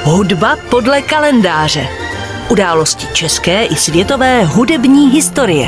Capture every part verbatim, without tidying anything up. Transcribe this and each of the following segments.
Hudba podle kalendáře. Události české i světové hudební historie.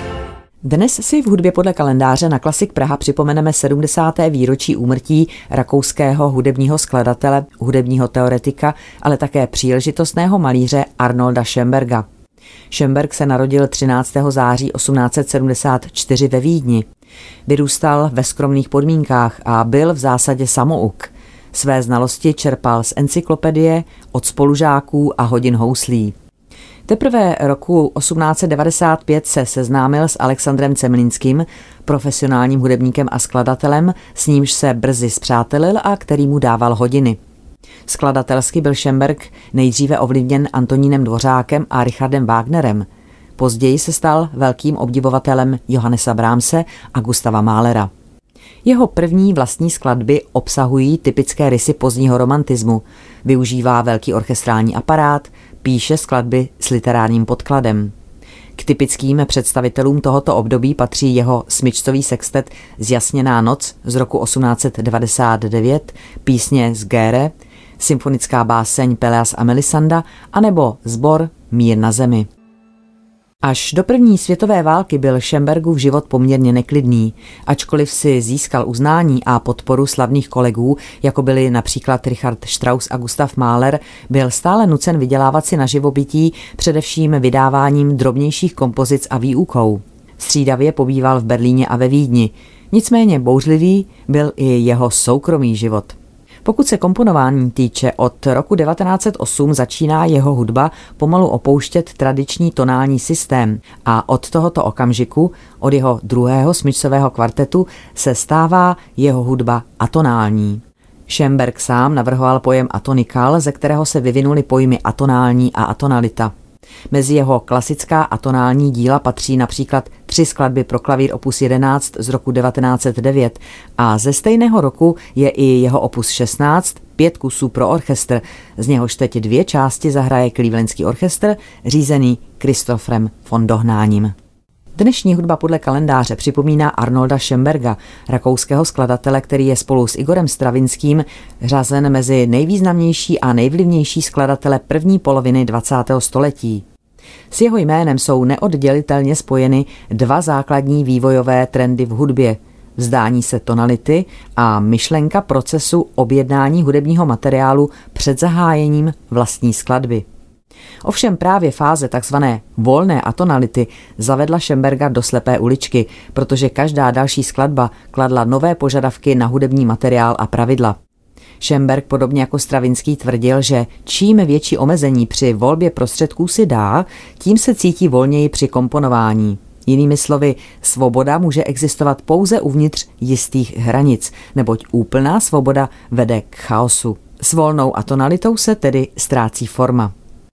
Dnes si v hudbě podle kalendáře na Klasik Praha připomeneme sedmdesáté výročí úmrtí rakouského hudebního skladatele, hudebního teoretika, ale také příležitostného malíře Arnolda Schönberga. Schönberg se narodil třináctého září osmnáct set sedmdesát čtyři ve Vídni. Vyrůstal ve skromných podmínkách a byl v zásadě samouk. Své znalosti čerpal z encyklopedie, od spolužáků a hodin houslí. Teprve roku osmnáct set devadesát pět se seznámil s Alexandrem Cemlinským, profesionálním hudebníkem a skladatelem, s nímž se brzy spřátelil a který mu dával hodiny. Skladatelsky byl Schönberg nejdříve ovlivněn Antonínem Dvořákem a Richardem Wagnerem. Později se stal velkým obdivovatelem Johannesa Brahmse a Gustava Mahlera. Jeho první vlastní skladby obsahují typické rysy pozdního romantismu. Využívá velký orchestrální aparát, píše skladby s literárním podkladem. K typickým představitelům tohoto období patří jeho smyčcový sextet Zjasněná noc z roku osmnáct set devadesát devět, písně z Gére, symfonická báseň Pelléas a Melisanda anebo sbor Mír na zemi. Až do první světové války byl Schönbergův život poměrně neklidný, ačkoliv si získal uznání a podporu slavných kolegů, jako byli například Richard Strauss a Gustav Mahler, byl stále nucen vydělávat si na živobytí především vydáváním drobnějších kompozic a výukou. Střídavě pobýval v Berlíně a ve Vídni, nicméně bouřlivý byl i jeho soukromý život. Pokud se komponování týče, od roku devatenáct set osm začíná jeho hudba pomalu opouštět tradiční tonální systém a od tohoto okamžiku, od jeho druhého smyčcového kvartetu, se stává jeho hudba atonální. Schönberg sám navrhoval pojem atonikal, ze kterého se vyvinuly pojmy atonální a atonalita. Mezi jeho klasická atonální díla patří například tři skladby pro klavír opus jedenáct z roku devatenáct set devět a ze stejného roku je i jeho opus šestnáct, pět kusů pro orchestr, z něhož teď dvě části zahraje Clevelandský orchestr, řízený Christopherem von Dohnáním. Dnešní hudba podle kalendáře připomíná Arnolda Schönberga, rakouského skladatele, který je spolu s Igorem Stravinským řazen mezi nejvýznamnější a nejvlivnější skladatele první poloviny dvacátého století. S jeho jménem jsou neoddělitelně spojeny dva základní vývojové trendy v hudbě: vzdání se tonality a myšlenka procesu objednání hudebního materiálu před zahájením vlastní skladby. Ovšem právě fáze takzvané volné atonality zavedla Schönberga do slepé uličky, protože každá další skladba kladla nové požadavky na hudební materiál a pravidla. Schönberg podobně jako Stravinský tvrdil, že čím větší omezení při volbě prostředků si dá, tím se cítí volněji při komponování. Jinými slovy, svoboda může existovat pouze uvnitř jistých hranic, neboť úplná svoboda vede k chaosu. S volnou atonalitou se tedy ztrácí forma.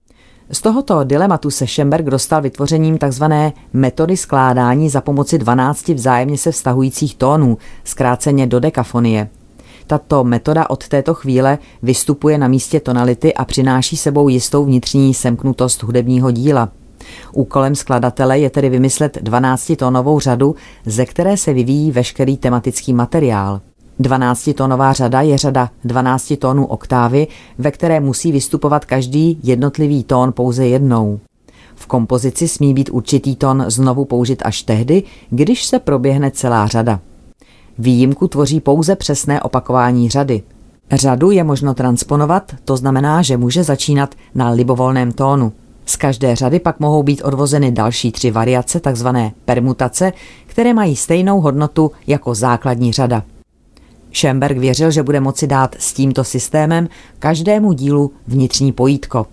Z tohoto dilematu se Schönberg dostal vytvořením tzv. Metody skládání za pomoci dvanácti vzájemně se vztahujících tónů, zkráceně dodekafonie. Tato metoda od této chvíle vystupuje na místě tonality a přináší sebou jistou vnitřní semknutost hudebního díla. Úkolem skladatele je tedy vymyslet dvanáctitónovou řadu, ze které se vyvíjí veškerý tematický materiál. Dvanáctitónová řada je řada dvanácti tónů oktávy, ve které musí vystupovat každý jednotlivý tón pouze jednou. V kompozici smí být určitý tón znovu použit až tehdy, když se proběhne celá řada. Výjimku tvoří pouze přesné opakování řady. Řadu je možno transponovat, to znamená, že může začínat na libovolném tónu. Z každé řady pak mohou být odvozeny další tři variace, takzvané permutace, které mají stejnou hodnotu jako základní řada. Schönberg věřil, že bude moci dát s tímto systémem každému dílu vnitřní pojítko.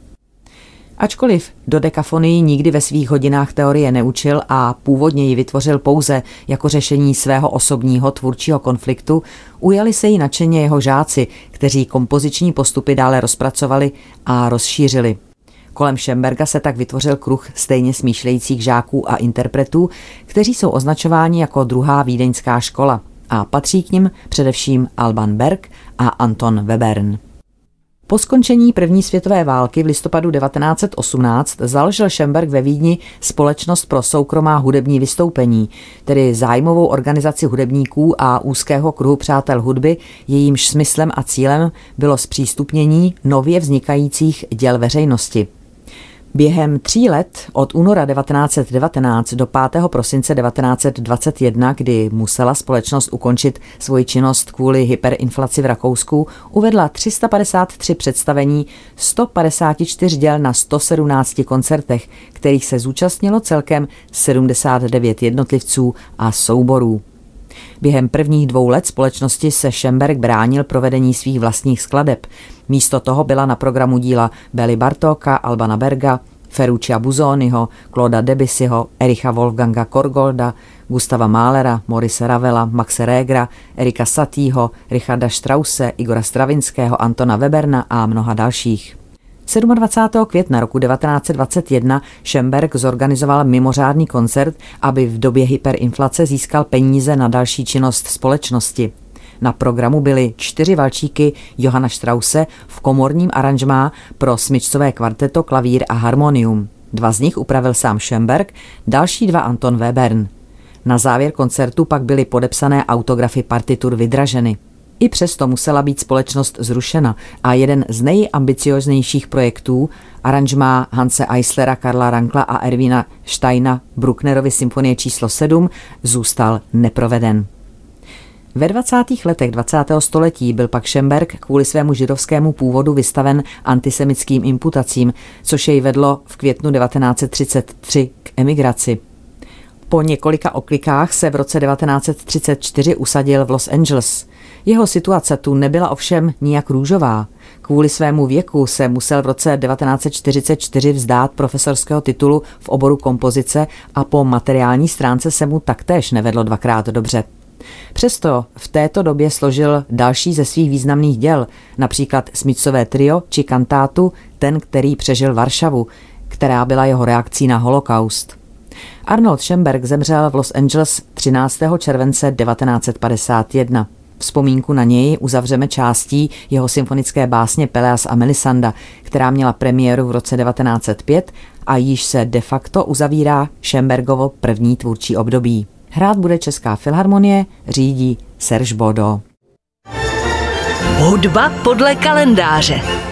Ačkoliv dodekafonii nikdy ve svých hodinách teorie neučil a původně ji vytvořil pouze jako řešení svého osobního tvůrčího konfliktu, ujali se jí nadšeně jeho žáci, kteří kompoziční postupy dále rozpracovali a rozšířili. Kolem Schönberga se tak vytvořil kruh stejně smýšlejících žáků a interpretů, kteří jsou označováni jako druhá vídeňská škola a patří k nim především Alban Berg a Anton Webern. Po skončení první světové války v listopadu devatenáct set osmnáct založil Schönberg ve Vídni Společnost pro soukromá hudební vystoupení, tedy zájmovou organizaci hudebníků a úzkého kruhu přátel hudby, jejímž smyslem a cílem bylo zpřístupnění nově vznikajících děl veřejnosti. Během tří let od února devatenáct set devatenáct do pátého prosince devatenáct set dvacet jedna, kdy musela společnost ukončit svoji činnost kvůli hyperinflaci v Rakousku, uvedla tři sta padesát tři představení, sto padesát čtyři děl na sto sedmnáct koncertech, kterých se zúčastnilo celkem sedmdesát devět jednotlivců a souborů. Během prvních dvou let společnosti se Schönberg bránil provedení svých vlastních skladeb. Místo toho byla na programu díla Bély Bartóka, Albana Berga, Ferruccia Busoniho, Clauda Debussyho, Ericha Wolfganga Korgolda, Gustava Mahlera, Maurice Ravela, Maxe Regera, Erika Satieho, Richarda Strausse, Igora Stravinského, Antona Weberna a mnoha dalších. dvacátého sedmého května roku devatenáct set dvacet jedna Schönberg zorganizoval mimořádný koncert, aby v době hyperinflace získal peníze na další činnost společnosti. Na programu byly čtyři valčíky Johanna Strausse v komorním aranžmá pro smyčcové kvarteto, klavír a harmonium. Dva z nich upravil sám Schönberg, další dva Anton Webern. Na závěr koncertu pak byly podepsané autografy partitur vydraženy. I přesto musela být společnost zrušena a jeden z nejambicioznějších projektů, aranžmá Hanse Eislera, Karla Rankla a Erwina Steina Brucknerovy symfonie číslo sedm, zůstal neproveden. Ve dvacátých letech dvacátého století byl pak Schönberg kvůli svému židovskému původu vystaven antisemickým imputacím, což jej vedlo v květnu devatenáct set třicet tři k emigraci. Po několika oklikách se v roce devatenáct set třicet čtyři usadil v Los Angeles. Jeho situace tu nebyla ovšem nijak růžová. Kvůli svému věku se musel v roce devatenáct set čtyřicet čtyři vzdát profesorského titulu v oboru kompozice a po materiální stránce se mu taktéž nevedlo dvakrát dobře. Přesto v této době složil další ze svých významných děl, například Smyčcové trio či kantátu Ten, který přežil Varšavu, která byla jeho reakcí na holokaust. Arnold Schönberg zemřel v Los Angeles třináctého července devatenáct set padesát jedna. Vzpomínku na něj uzavřeme částí jeho symfonické básně Pelléas a Melisanda, která měla premiéru v roce devatenáct set pět a již se de facto uzavírá Schönbergovo první tvůrčí období. Hrát bude Česká filharmonie, řídí Serge Bodo. Hudba podle kalendáře.